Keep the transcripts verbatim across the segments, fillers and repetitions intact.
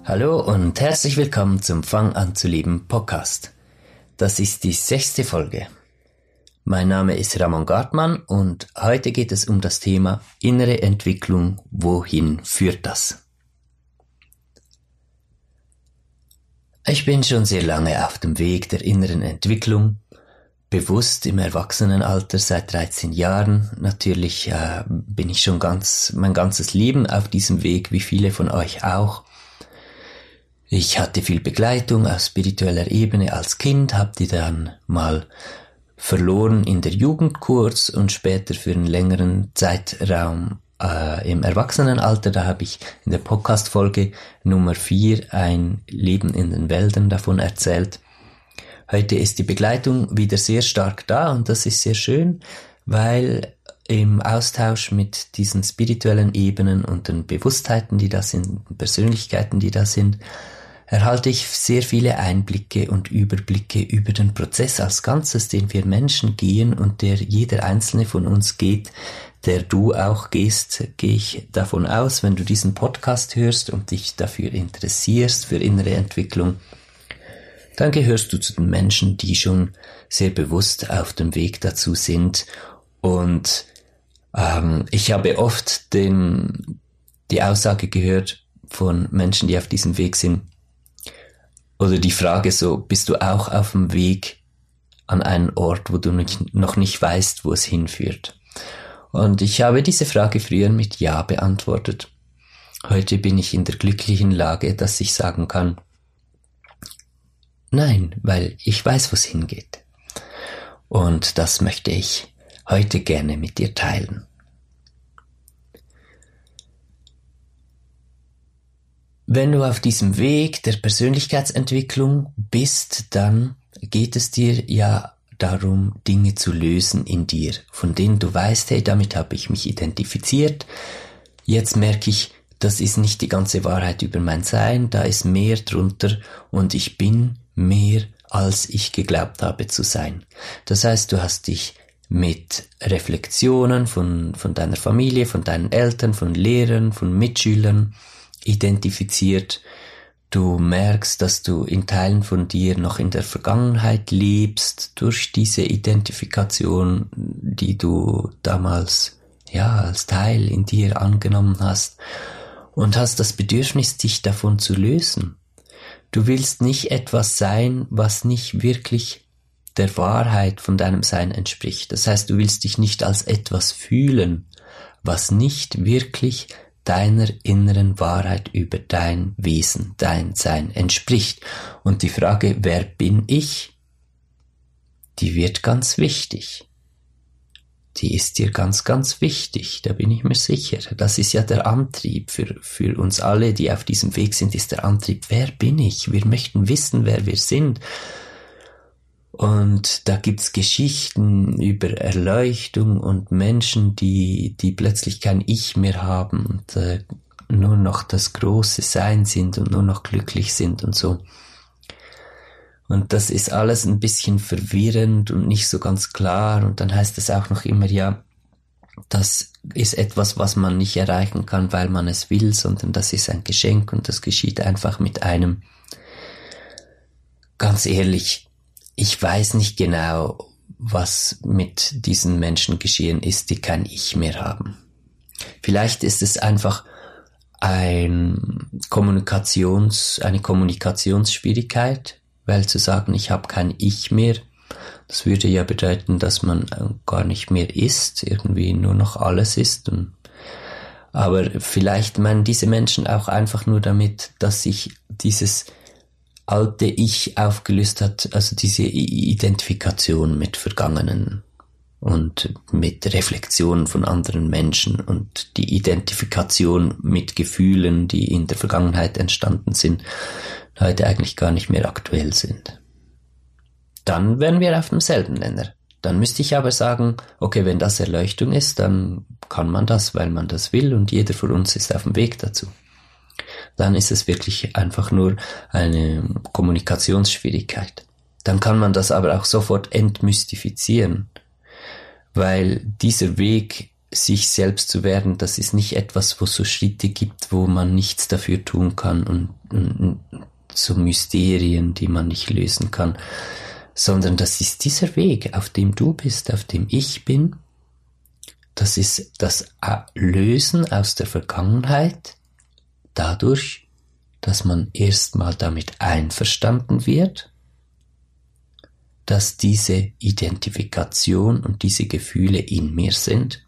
Hallo und herzlich willkommen zum Fang an zu leben Podcast. Das ist die sechste Folge. Mein Name ist Ramon Gartmann und heute geht es um das Thema innere Entwicklung. Wohin führt das? Ich bin schon sehr lange auf dem Weg der inneren Entwicklung, bewusst im Erwachsenenalter seit dreizehn Jahren. Natürlich äh, bin ich schon ganz mein ganzes Leben auf diesem Weg, wie viele von euch auch. Ich hatte viel Begleitung auf spiritueller Ebene als Kind, habe die dann mal verloren in der Jugend kurz und später für einen längeren Zeitraum äh, im Erwachsenenalter. Da habe ich in der Podcast-Folge Nummer vier, ein Leben in den Wäldern, davon erzählt. Heute ist die Begleitung wieder sehr stark da und das ist sehr schön, weil im Austausch mit diesen spirituellen Ebenen und den Bewusstheiten, die da sind, Persönlichkeiten, die da sind, erhalte ich sehr viele Einblicke und Überblicke über den Prozess als Ganzes, den wir Menschen gehen und der jeder einzelne von uns geht, der du auch gehst, gehe ich davon aus, wenn du diesen Podcast hörst und dich dafür interessierst, für innere Entwicklung, dann gehörst du zu den Menschen, die schon sehr bewusst auf dem Weg dazu sind. Und ähm, ich habe oft den, die Aussage gehört von Menschen, die auf diesem Weg sind, oder die Frage so, bist du auch auf dem Weg an einen Ort, wo du noch nicht weißt, wo es hinführt? Und ich habe diese Frage früher mit Ja beantwortet. Heute bin ich in der glücklichen Lage, dass ich sagen kann, nein, weil ich weiß, wo es hingeht. Und das möchte ich heute gerne mit dir teilen. Wenn du auf diesem Weg der Persönlichkeitsentwicklung bist, dann geht es dir ja darum, Dinge zu lösen in dir, von denen du weißt, hey, damit habe ich mich identifiziert. Jetzt merke ich, das ist nicht die ganze Wahrheit über mein Sein, da ist mehr drunter und ich bin mehr, als ich geglaubt habe zu sein. Das heißt, du hast dich mit Reflexionen von, von deiner Familie, von deinen Eltern, von Lehrern, von Mitschülern identifiziert. Du merkst, dass du in Teilen von dir noch in der Vergangenheit lebst, durch diese Identifikation, die du damals ja als Teil in dir angenommen hast, und hast das Bedürfnis, dich davon zu lösen. Du willst nicht etwas sein, was nicht wirklich der Wahrheit von deinem Sein entspricht. Das heißt, du willst dich nicht als etwas fühlen, was nicht wirklich deiner inneren Wahrheit über dein Wesen, dein Sein entspricht. Und die Frage, wer bin ich, die wird ganz wichtig. Die ist dir ganz, ganz wichtig, da bin ich mir sicher. Das ist ja der Antrieb für, für uns alle, die auf diesem Weg sind, ist der Antrieb, wer bin ich? Wir möchten wissen, wer wir sind. Und da gibt's Geschichten über Erleuchtung und Menschen, die, die plötzlich kein Ich mehr haben und äh, nur noch das große Sein sind und nur noch glücklich sind und so. Und das ist alles ein bisschen verwirrend und nicht so ganz klar. Und dann heißt es auch noch immer, ja, das ist etwas, was man nicht erreichen kann, weil man es will, sondern das ist ein Geschenk und das geschieht einfach mit einem. Ganz ehrlich, ich weiß nicht genau, was mit diesen Menschen geschehen ist, die kein Ich mehr haben. Vielleicht ist es einfach ein Kommunikations, eine Kommunikationsschwierigkeit, weil zu sagen, ich habe kein Ich mehr, das würde ja bedeuten, dass man gar nicht mehr ist, irgendwie nur noch alles ist. Und, aber vielleicht meinen diese Menschen auch einfach nur damit, dass sich dieses alte Ich aufgelöst hat, also diese Identifikation mit Vergangenen und mit Reflexionen von anderen Menschen und die Identifikation mit Gefühlen, die in der Vergangenheit entstanden sind, heute eigentlich gar nicht mehr aktuell sind. Dann wären wir auf demselben Nenner. Dann müsste ich aber sagen, okay, wenn das Erleuchtung ist, dann kann man das, weil man das will und jeder von uns ist auf dem Weg dazu. Dann ist es wirklich einfach nur eine Kommunikationsschwierigkeit. Dann kann man das aber auch sofort entmystifizieren, weil dieser Weg sich selbst zu werden, das ist nicht etwas, wo es so Schritte gibt, wo man nichts dafür tun kann und, und, und so Mysterien, die man nicht lösen kann, sondern das ist dieser Weg, auf dem du bist, auf dem ich bin. Das ist das Lösen aus der Vergangenheit dadurch, dass man erstmal damit einverstanden wird, dass diese Identifikation und diese Gefühle in mir sind.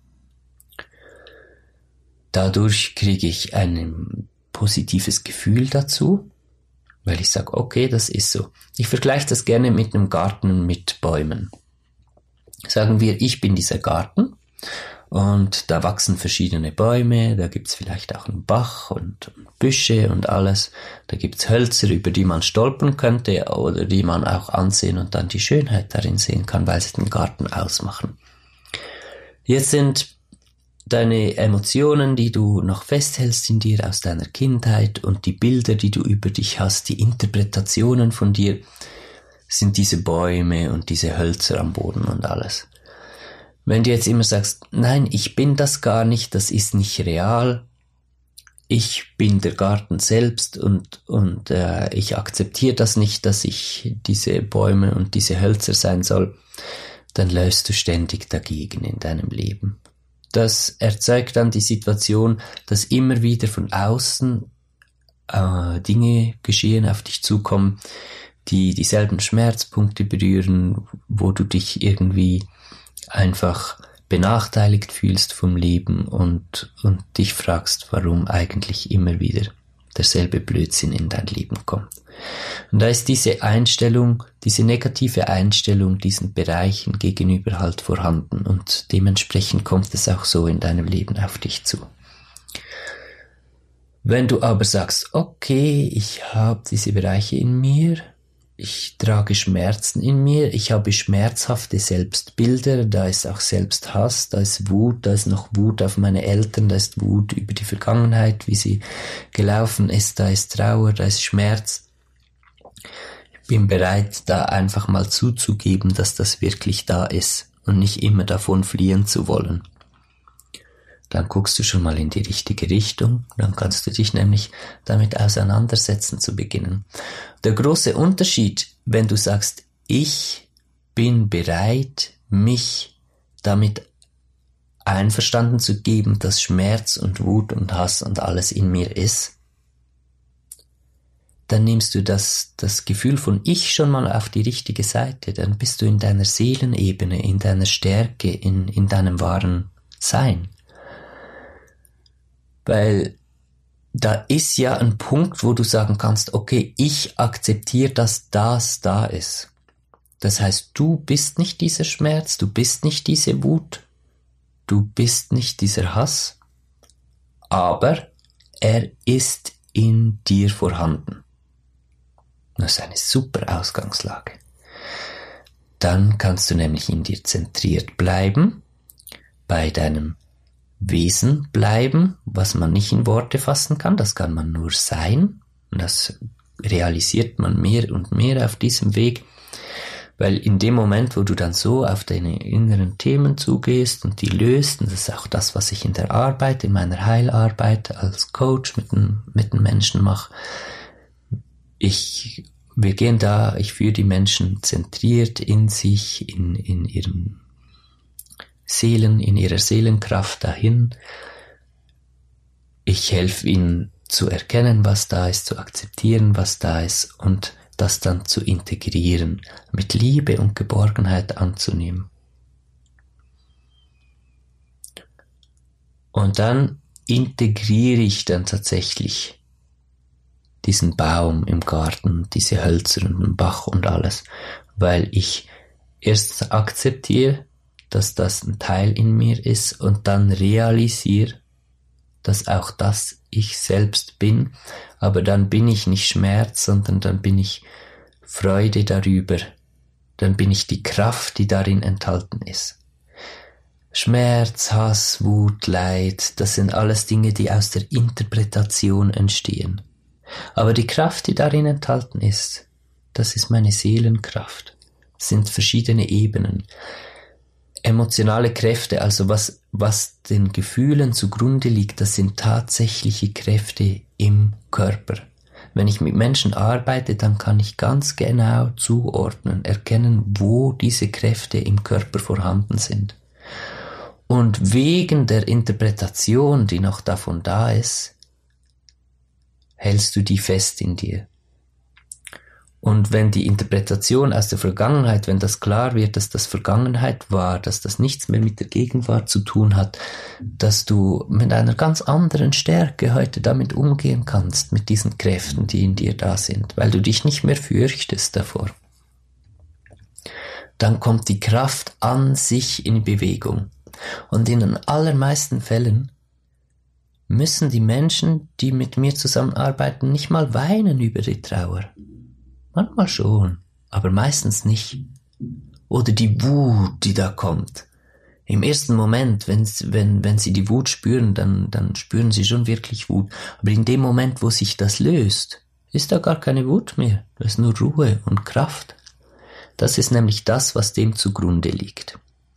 Dadurch kriege ich ein positives Gefühl dazu, weil ich sage, okay, das ist so. Ich vergleiche das gerne mit einem Garten mit Bäumen. Sagen wir, ich bin dieser Garten und da wachsen verschiedene Bäume, da gibt's vielleicht auch einen Bach und Büsche und alles. Da gibt's Hölzer, über die man stolpern könnte oder die man auch ansehen und dann die Schönheit darin sehen kann, weil sie den Garten ausmachen. Jetzt sind deine Emotionen, die du noch festhältst in dir aus deiner Kindheit und die Bilder, die du über dich hast, die Interpretationen von dir, sind diese Bäume und diese Hölzer am Boden und alles. Wenn du jetzt immer sagst, nein, ich bin das gar nicht, das ist nicht real, ich bin der Garten selbst und, und äh, ich akzeptiere das nicht, dass ich diese Bäume und diese Hölzer sein soll, dann läufst du ständig dagegen in deinem Leben. Das erzeugt dann die Situation, dass immer wieder von außen äh, Dinge geschehen, auf dich zukommen, die dieselben Schmerzpunkte berühren, wo du dich irgendwie einfach benachteiligt fühlst vom Leben und, und dich fragst, warum eigentlich immer wieder derselbe Blödsinn in dein Leben kommt. Und da ist diese Einstellung, diese negative Einstellung diesen Bereichen gegenüber halt vorhanden und dementsprechend kommt es auch so in deinem Leben auf dich zu. Wenn du aber sagst, okay, ich habe diese Bereiche in mir, ich trage Schmerzen in mir, ich habe schmerzhafte Selbstbilder, da ist auch Selbsthass, da ist Wut, da ist noch Wut auf meine Eltern, da ist Wut über die Vergangenheit, wie sie gelaufen ist, da ist Trauer, da ist Schmerz. Ich bin bereit, da einfach mal zuzugeben, dass das wirklich da ist und nicht immer davon fliehen zu wollen. Dann guckst du schon mal in die richtige Richtung, dann kannst du dich nämlich damit auseinandersetzen zu beginnen. Der große Unterschied, wenn du sagst, ich bin bereit, mich damit einverstanden zu geben, dass Schmerz und Wut und Hass und alles in mir ist, dann nimmst du das, das Gefühl von Ich schon mal auf die richtige Seite, dann bist du in deiner Seelenebene, in deiner Stärke, in, in deinem wahren Sein. Weil da ist ja ein Punkt, wo du sagen kannst, okay, ich akzeptiere, dass das da ist. Das heißt, du bist nicht dieser Schmerz, du bist nicht diese Wut, du bist nicht dieser Hass, aber er ist in dir vorhanden. Das ist eine super Ausgangslage. Dann kannst du nämlich in dir zentriert bleiben, bei deinem Wesen bleiben, was man nicht in Worte fassen kann, das kann man nur sein. Und das realisiert man mehr und mehr auf diesem Weg, weil in dem Moment, wo du dann so auf deine inneren Themen zugehst und die löst, und das ist auch das, was ich in der Arbeit, in meiner Heilarbeit als Coach mit den, mit den Menschen mache, ich, wir gehen da, ich führe die Menschen zentriert in sich, in, in ihrem Seelen, in ihrer Seelenkraft dahin. Ich helfe ihnen zu erkennen, was da ist, zu akzeptieren, was da ist und das dann zu integrieren, mit Liebe und Geborgenheit anzunehmen. Und dann integriere ich dann tatsächlich diesen Baum im Garten, diese Hölzer und den Bach und alles, weil ich erst akzeptiere, dass das ein Teil in mir ist und dann realisiere, dass auch das ich selbst bin, aber dann bin ich nicht Schmerz, sondern dann bin ich Freude darüber, dann bin ich die Kraft, die darin enthalten ist. Schmerz, Hass, Wut, Leid, das sind alles Dinge, die aus der Interpretation entstehen. Aber die Kraft, die darin enthalten ist, das ist meine Seelenkraft. Das sind verschiedene Ebenen. Emotionale Kräfte, also was, was den Gefühlen zugrunde liegt, das sind tatsächliche Kräfte im Körper. Wenn ich mit Menschen arbeite, dann kann ich ganz genau zuordnen, erkennen, wo diese Kräfte im Körper vorhanden sind. Und wegen der Interpretation, die noch davon da ist, hältst du die fest in dir. Und wenn die Interpretation aus der Vergangenheit, wenn das klar wird, dass das Vergangenheit war, dass das nichts mehr mit der Gegenwart zu tun hat, dass du mit einer ganz anderen Stärke heute damit umgehen kannst, mit diesen Kräften, die in dir da sind, weil du dich nicht mehr fürchtest davor, dann kommt die Kraft an sich in Bewegung. Und in den allermeisten Fällen müssen die Menschen, die mit mir zusammenarbeiten, nicht mal weinen über die Trauer. Manchmal schon, aber meistens nicht. Oder die Wut, die da kommt. Im ersten Moment, wenn, wenn, wenn sie die Wut spüren, dann, dann spüren sie schon wirklich Wut. Aber in dem Moment, wo sich das löst, ist da gar keine Wut mehr. Da ist nur Ruhe und Kraft. Das ist nämlich das, was dem zugrunde liegt.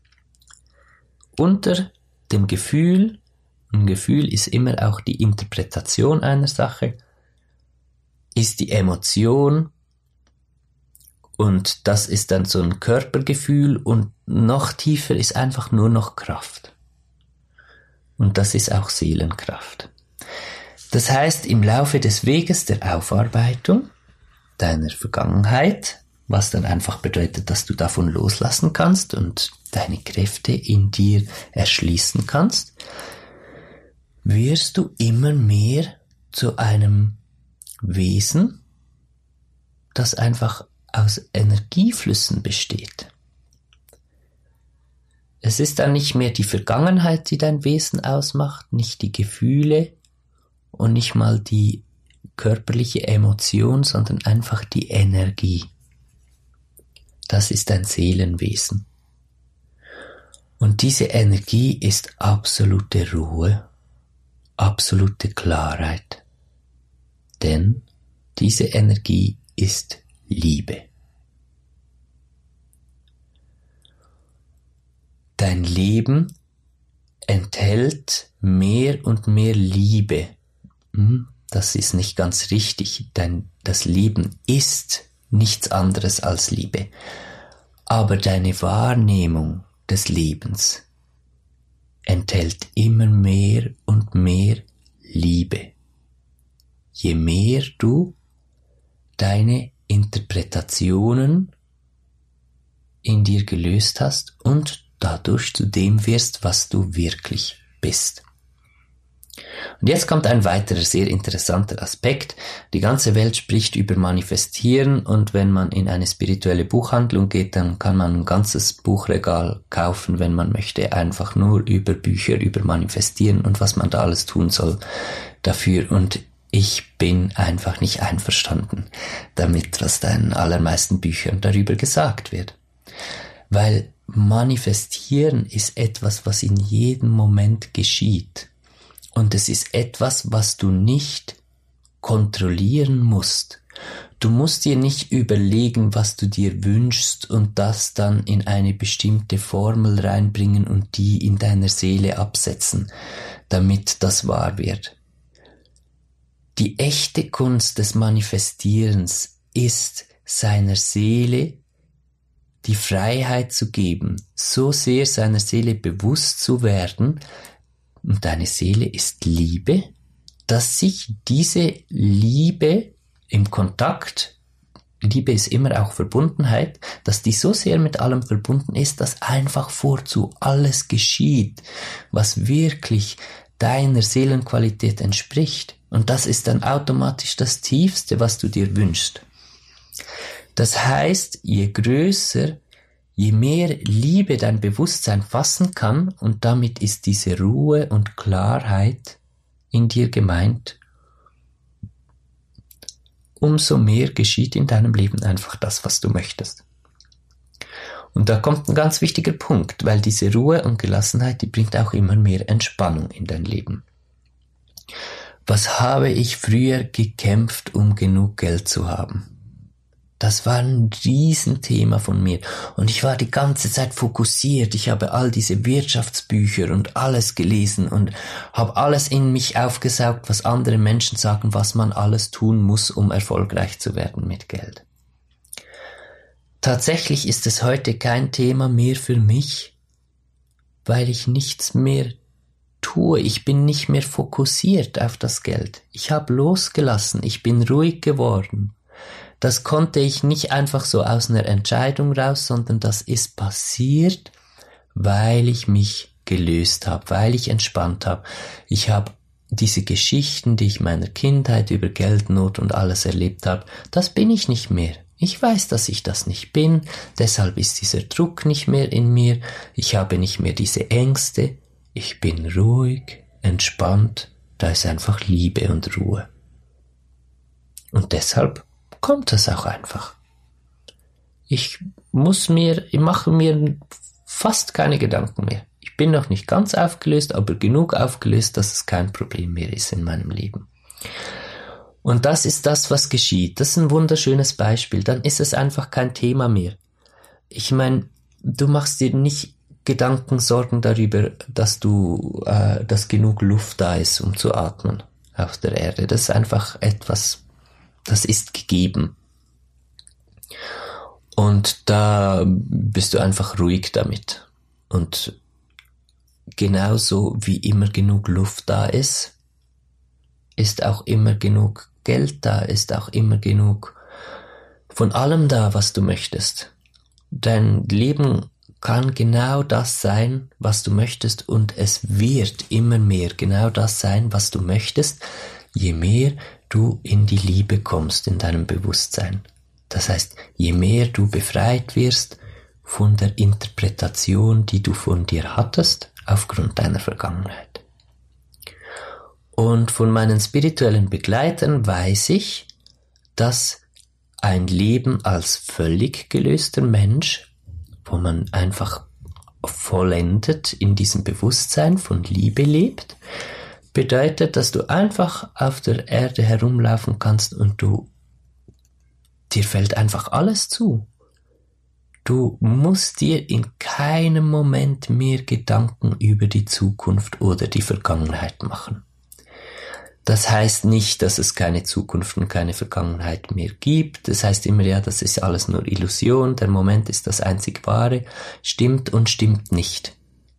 Unter dem Gefühl, ein Gefühl ist immer auch die Interpretation einer Sache, ist die Emotion. Und das ist dann so ein Körpergefühl und noch tiefer ist einfach nur noch Kraft. Und das ist auch Seelenkraft. Das heißt, im Laufe des Weges der Aufarbeitung deiner Vergangenheit, was dann einfach bedeutet, dass du davon loslassen kannst und deine Kräfte in dir erschließen kannst, wirst du immer mehr zu einem Wesen, das einfach aus Energieflüssen besteht. Es ist dann nicht mehr die Vergangenheit, die dein Wesen ausmacht, nicht die Gefühle und nicht mal die körperliche Emotion, sondern einfach die Energie. Das ist dein Seelenwesen. Und diese Energie ist absolute Ruhe, absolute Klarheit. Denn diese Energie ist Liebe. Dein Leben enthält mehr und mehr Liebe. Das ist nicht ganz richtig, denn das Leben ist nichts anderes als Liebe. Aber deine Wahrnehmung des Lebens enthält immer mehr und mehr Liebe. Je mehr du deine Interpretationen in dir gelöst hast und dadurch zu dem wirst, was du wirklich bist. Und jetzt kommt ein weiterer sehr interessanter Aspekt. Die ganze Welt spricht über Manifestieren und wenn man in eine spirituelle Buchhandlung geht, dann kann man ein ganzes Buchregal kaufen, wenn man möchte, einfach nur über Bücher, über Manifestieren und was man da alles tun soll dafür. Und ich bin einfach nicht einverstanden damit, was da in allermeisten Büchern darüber gesagt wird. Weil Manifestieren ist etwas, was in jedem Moment geschieht. Und es ist etwas, was du nicht kontrollieren musst. Du musst dir nicht überlegen, was du dir wünschst und das dann in eine bestimmte Formel reinbringen und die in deiner Seele absetzen, damit das wahr wird. Die echte Kunst des Manifestierens ist, seiner Seele die Freiheit zu geben, so sehr seiner Seele bewusst zu werden, und deine Seele ist Liebe, dass sich diese Liebe im Kontakt, Liebe ist immer auch Verbundenheit, dass die so sehr mit allem verbunden ist, dass einfach vorzu alles geschieht, was wirklich deiner Seelenqualität entspricht. Und das ist dann automatisch das Tiefste, was du dir wünschst. Das heißt, je größer, je mehr Liebe dein Bewusstsein fassen kann, und damit ist diese Ruhe und Klarheit in dir gemeint, umso mehr geschieht in deinem Leben einfach das, was du möchtest. Und da kommt ein ganz wichtiger Punkt, weil diese Ruhe und Gelassenheit, die bringt auch immer mehr Entspannung in dein Leben. Was habe ich früher gekämpft, um genug Geld zu haben? Das war ein Riesenthema von mir. Und ich war die ganze Zeit fokussiert. Ich habe all diese Wirtschaftsbücher und alles gelesen und habe alles in mich aufgesaugt, was andere Menschen sagen, was man alles tun muss, um erfolgreich zu werden mit Geld. Tatsächlich ist es heute kein Thema mehr für mich, weil ich nichts mehr tue. Ich bin nicht mehr fokussiert auf das Geld. Ich habe losgelassen. Ich bin ruhig geworden. Das konnte ich nicht einfach so aus einer Entscheidung raus, sondern das ist passiert, weil ich mich gelöst habe, weil ich entspannt habe. Ich habe diese Geschichten, die ich meiner Kindheit über Geldnot und alles erlebt habe, das bin ich nicht mehr. Ich weiß, dass ich das nicht bin, deshalb ist dieser Druck nicht mehr in mir, ich habe nicht mehr diese Ängste, ich bin ruhig, entspannt, da ist einfach Liebe und Ruhe. Und deshalb kommt das auch einfach. Ich muss mir, ich mache mir fast keine Gedanken mehr. Ich bin noch nicht ganz aufgelöst, aber genug aufgelöst, dass es kein Problem mehr ist in meinem Leben. Und das ist das, was geschieht. Das ist ein wunderschönes Beispiel. Dann ist es einfach kein Thema mehr. Ich meine, du machst dir nicht Gedanken, Sorgen darüber, dass du, äh, dass genug Luft da ist, um zu atmen auf der Erde. Das ist einfach etwas, das ist gegeben. Und da bist du einfach ruhig damit. Und genauso wie immer genug Luft da ist, ist auch immer genug Geld da, ist auch immer genug von allem da, was du möchtest. Dein Leben kann genau das sein, was du möchtest, und es wird immer mehr genau das sein, was du möchtest, je mehr du in die Liebe kommst in deinem Bewusstsein. Das heißt, je mehr du befreit wirst von der Interpretation, die du von dir hattest, aufgrund deiner Vergangenheit. Und von meinen spirituellen Begleitern weiß ich, dass ein Leben als völlig gelöster Mensch, wo man einfach vollendet in diesem Bewusstsein von Liebe lebt, bedeutet, dass du einfach auf der Erde herumlaufen kannst und du, dir fällt einfach alles zu. Du musst dir in keinem Moment mehr Gedanken über die Zukunft oder die Vergangenheit machen. Das heißt nicht, dass es keine Zukunft und keine Vergangenheit mehr gibt. Das heißt immer, ja, das ist alles nur Illusion. Der Moment ist das einzig Wahre. Stimmt und stimmt nicht.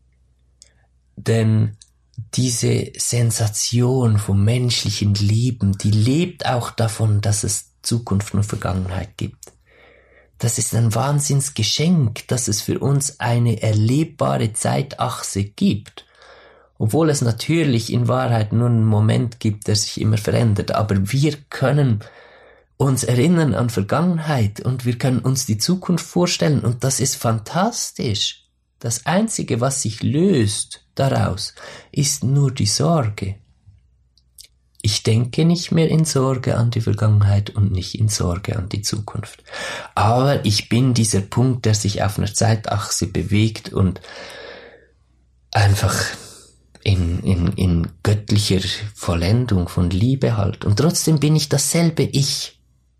Denn diese Sensation vom menschlichen Leben, die lebt auch davon, dass es Zukunft und Vergangenheit gibt. Das ist ein Wahnsinnsgeschenk, dass es für uns eine erlebbare Zeitachse gibt. Obwohl es natürlich in Wahrheit nur einen Moment gibt, der sich immer verändert. Aber wir können uns erinnern an Vergangenheit und wir können uns die Zukunft vorstellen und das ist fantastisch. Das Einzige, was sich löst daraus, ist nur die Sorge. Ich denke nicht mehr in Sorge an die Vergangenheit und nicht in Sorge an die Zukunft. Aber ich bin dieser Punkt, der sich auf einer Zeitachse bewegt und einfach in, in, in göttlicher Vollendung von Liebe halt. Und trotzdem bin ich dasselbe Ich.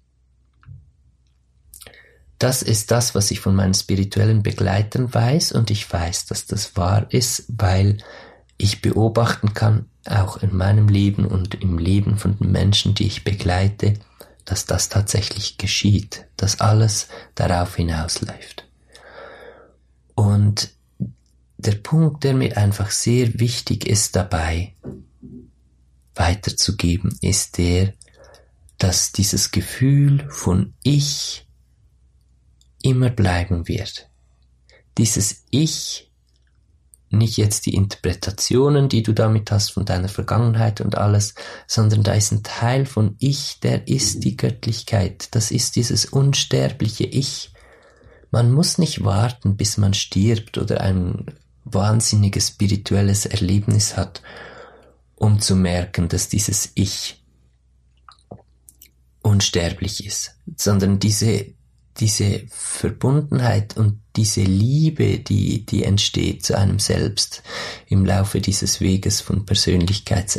Das ist das, was ich von meinen spirituellen Begleitern weiß, und ich weiß, dass das wahr ist, weil ich beobachten kann, auch in meinem Leben und im Leben von den Menschen, die ich begleite, dass das tatsächlich geschieht, dass alles darauf hinausläuft. Und der Punkt, der mir einfach sehr wichtig ist dabei weiterzugeben, ist der, dass dieses Gefühl von Ich immer bleiben wird. Dieses Ich, nicht jetzt die Interpretationen, die du damit hast von deiner Vergangenheit und alles, sondern da ist ein Teil von Ich, der ist die Göttlichkeit. Das ist dieses unsterbliche Ich. Man muss nicht warten, bis man stirbt oder ein wahnsinniges spirituelles Erlebnis hat, um zu merken, dass dieses Ich unsterblich ist, sondern diese diese Verbundenheit und diese Liebe, die, die entsteht zu einem selbst im Laufe dieses Weges von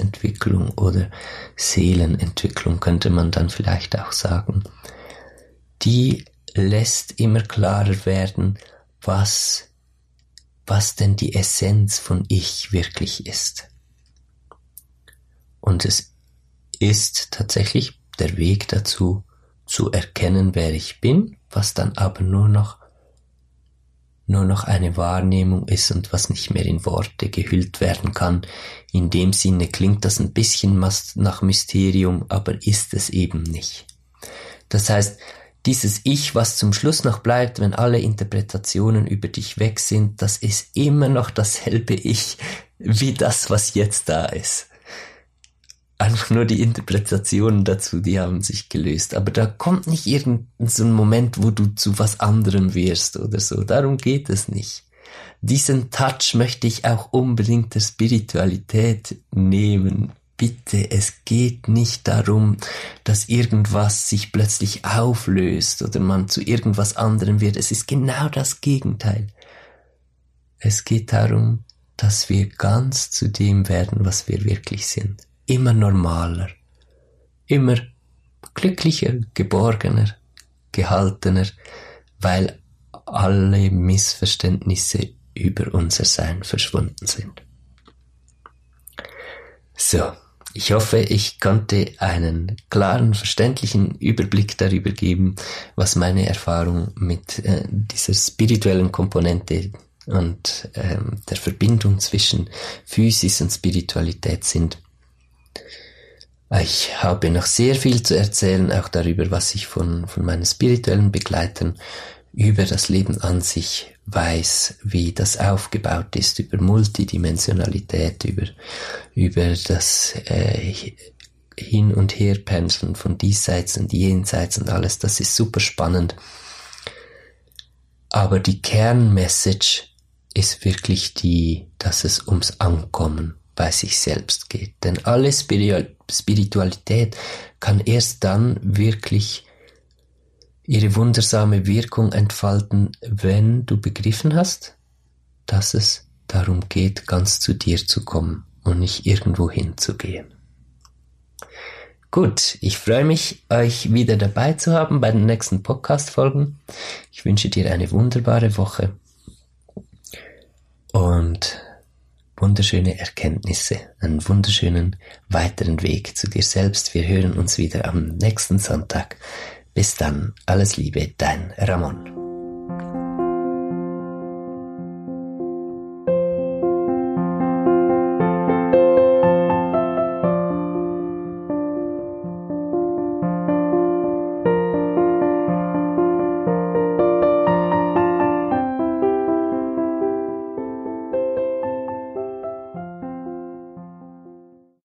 Persönlichkeitsentwicklung oder Seelenentwicklung, könnte man dann vielleicht auch sagen, die lässt immer klarer werden, was, was denn die Essenz von Ich wirklich ist. Und es ist tatsächlich der Weg dazu, zu erkennen, wer ich bin, was dann aber nur noch nur noch eine Wahrnehmung ist und was nicht mehr in Worte gehüllt werden kann. In dem Sinne klingt das ein bisschen nach Mysterium, aber ist es eben nicht. Das heißt, dieses Ich, was zum Schluss noch bleibt, wenn alle Interpretationen über dich weg sind, das ist immer noch dasselbe Ich, wie das, was jetzt da ist. Einfach nur die Interpretationen dazu, die haben sich gelöst. Aber da kommt nicht irgendein so ein Moment, wo du zu was anderem wirst oder so. Darum geht es nicht. Diesen Touch möchte ich auch unbedingt der Spiritualität nehmen. Bitte, es geht nicht darum, dass irgendwas sich plötzlich auflöst oder man zu irgendwas anderem wird. Es ist genau das Gegenteil. Es geht darum, dass wir ganz zu dem werden, was wir wirklich sind. Immer normaler, immer glücklicher, geborgener, gehaltener, weil alle Missverständnisse über unser Sein verschwunden sind. So, ich hoffe, ich konnte einen klaren, verständlichen Überblick darüber geben, was meine Erfahrung mit äh, dieser spirituellen Komponente und ähm, der Verbindung zwischen Physis und Spiritualität sind. Ich habe noch sehr viel zu erzählen, auch darüber, was ich von, von meinen spirituellen Begleitern über das Leben an sich weiß, wie das aufgebaut ist, über Multidimensionalität, über, über das äh, Hin- und Herpendeln von diesseits und jenseits und alles. Das ist super spannend. Aber die Kernmessage ist wirklich die, dass es ums Ankommen bei sich selbst geht. Denn alle Spiritualität kann erst dann wirklich ihre wundersame Wirkung entfalten, wenn du begriffen hast, dass es darum geht, ganz zu dir zu kommen und nicht irgendwo hinzugehen. Gut, ich freue mich, euch wieder dabei zu haben bei den nächsten Podcast-Folgen. Ich wünsche dir eine wunderbare Woche und wunderschöne Erkenntnisse, einen wunderschönen weiteren Weg zu dir selbst. Wir hören uns wieder am nächsten Sonntag. Bis dann, alles Liebe, dein Ramon.